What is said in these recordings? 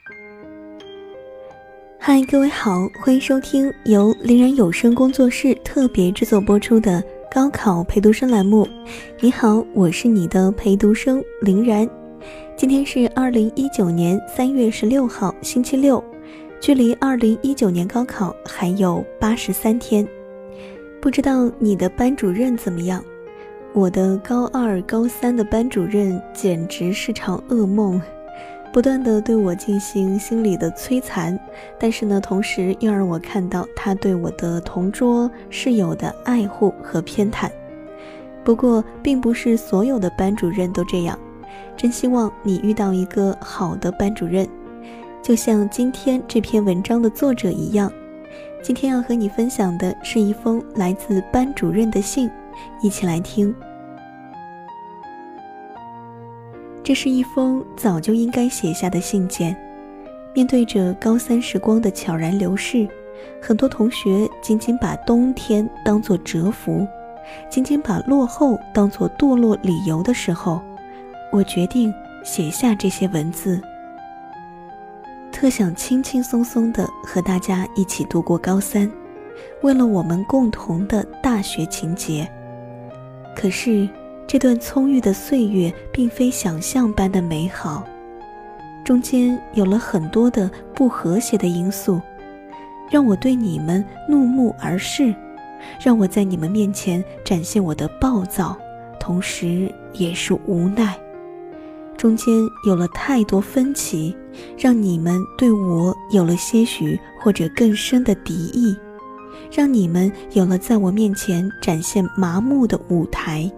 嗨，各位好，欢迎收听由林然有声工作室特别制作播出的高考陪读生栏目。你好，我是你的陪读生林然。今天是2019年3月16号星期六，距离2019年高考还有83天。不知道你的班主任怎么样？我的高2、高3的班主任简直是场噩梦，不断地对我进行心理的摧残，但是呢，同时又让我看到他对我的同桌室友的爱护和偏袒。不过并不是所有的班主任都这样，真希望你遇到一个好的班主任，就像今天这篇文章的作者一样。今天要和你分享的是一封来自班主任的信，一起来听。这是一封早就应该写下的信件，面对着高3时光的悄然流逝，很多同学仅仅把冬天当作蛰伏，仅仅把落后当作堕落理由的时候，我决定写下这些文字，特想轻轻松松地和大家一起度过高3，为了我们共同的大学情节。可是这段葱郁的岁月并非想象般的美好，中间有了很多的不和谐的因素，让我对你们怒目而视，让我在你们面前展现我的暴躁，同时也是无奈。中间有了太多分歧，让你们对我有了些许或者更深的敌意，让你们有了在我面前展现麻木的舞台。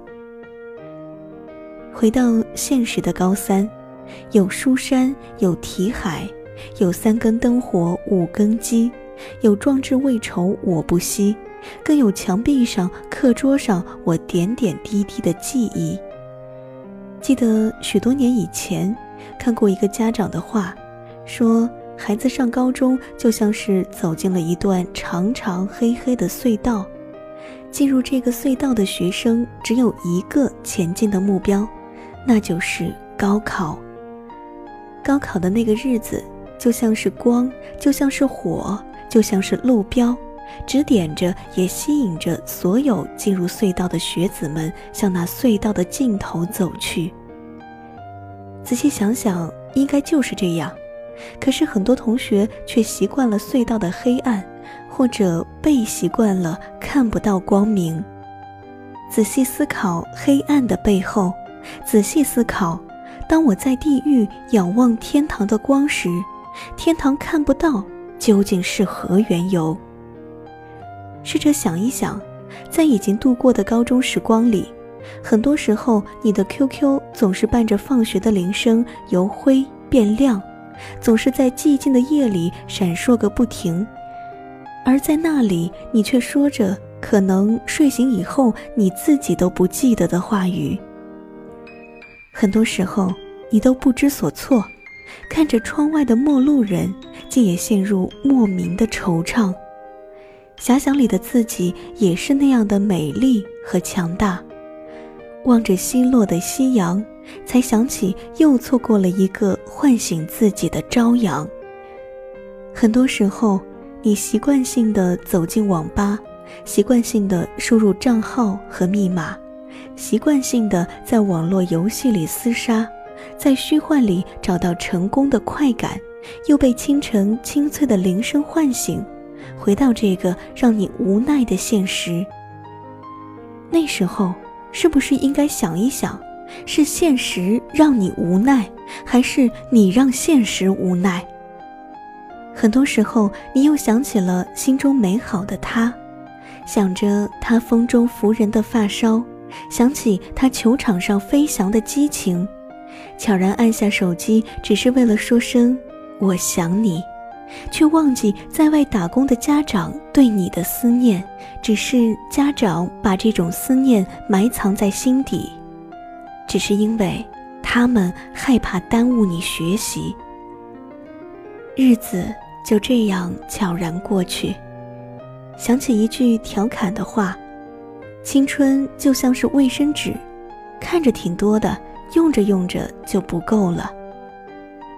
回到现实的高3，有书山，有题海，有3更灯火5更鸡，有壮志未酬我不惜，更有墙壁上课桌上我点点滴滴的记忆。记得许多年以前看过一个家长的话，说孩子上高中就像是走进了一段长长黑黑的隧道，进入这个隧道的学生只有一个前进的目标，那就是高考。高考的那个日子就像是光，就像是火，就像是路标，指点着也吸引着所有进入隧道的学子们向那隧道的尽头走去。仔细想想，应该就是这样，可是很多同学却习惯了隧道的黑暗，或者被习惯了看不到光明。仔细思考黑暗的背后，仔细思考，当我在地狱仰望天堂的光时，天堂看不到究竟是何缘由。试着想一想，在已经度过的高中时光里，很多时候你的 QQ 总是伴着放学的铃声由灰变亮，总是在寂静的夜里闪烁个不停，而在那里你却说着可能睡醒以后你自己都不记得的话语。很多时候你都不知所措，看着窗外的陌路人，竟也陷入莫名的惆怅。遐想里的自己也是那样的美丽和强大，望着西落的夕阳，才想起又错过了一个唤醒自己的朝阳。很多时候你习惯性地走进网吧，习惯性地输入账号和密码，习惯性地在网络游戏里厮杀，在虚幻里找到成功的快感，又被清晨清脆的铃声唤醒，回到这个让你无奈的现实。那时候是不是应该想一想，是现实让你无奈，还是你让现实无奈？很多时候你又想起了心中美好的他，想着他风中拂人的发梢，想起他球场上飞翔的激情，悄然按下手机，只是为了说声我想你，却忘记在外打工的家长对你的思念，只是家长把这种思念埋藏在心底，只是因为他们害怕耽误你学习。日子就这样悄然过去，想起一句调侃的话，青春就像是卫生纸，看着挺多的，用着用着就不够了。当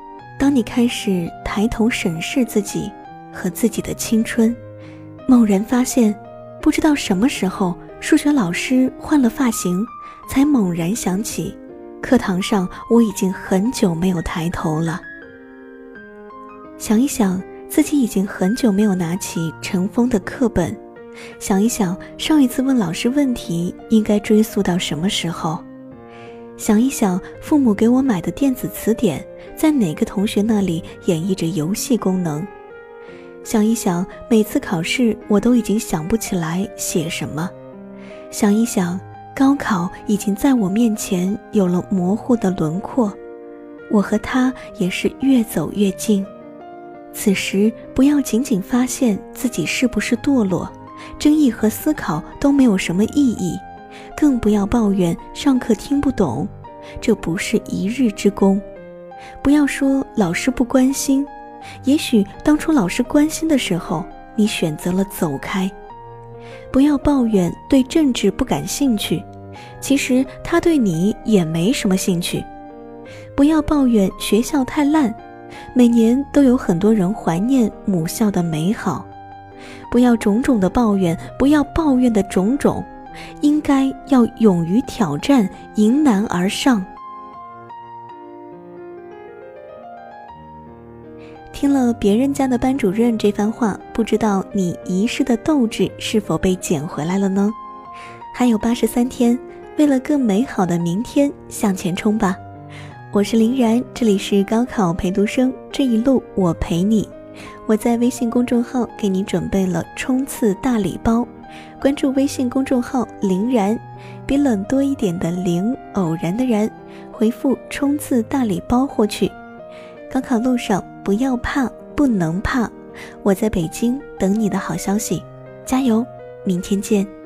当你开始抬头审视自己和自己的青春，猛然发现，不知道什么时候数学老师换了发型，才猛然想起，课堂上我已经很久没有抬头了。想一想，自己已经很久没有拿起尘封的课本，想一想上一次问老师问题应该追溯到什么时候，想一想父母给我买的电子词典在哪个同学那里演绎着游戏功能，想一想每次考试我都已经想不起来写什么，想一想高考已经在我面前有了模糊的轮廓，我和他也是越走越近。此时不要仅仅发现自己是不是堕落，争议和思考都没有什么意义，更不要抱怨上课听不懂，这不是一日之功。不要说老师不关心，也许当初老师关心的时候，你选择了走开。不要抱怨对政治不感兴趣，其实他对你也没什么兴趣。不要抱怨学校太烂，每年都有很多人怀念母校的美好。不要种种的抱怨，不要抱怨的种种，应该要勇于挑战，迎难而上。听了别人家的班主任这番话，不知道你遗失的斗志是否被捡回来了呢？还有83天，为了更美好的明天向前冲吧。我是林然，这里是高考陪读生，这一路我陪你。我在微信公众号给你准备了冲刺大礼包，关注微信公众号林然，比冷多一点的林，偶然的然，回复冲刺大礼包获取。高考路上不要怕，不能怕，我在北京等你的好消息，加油，明天见。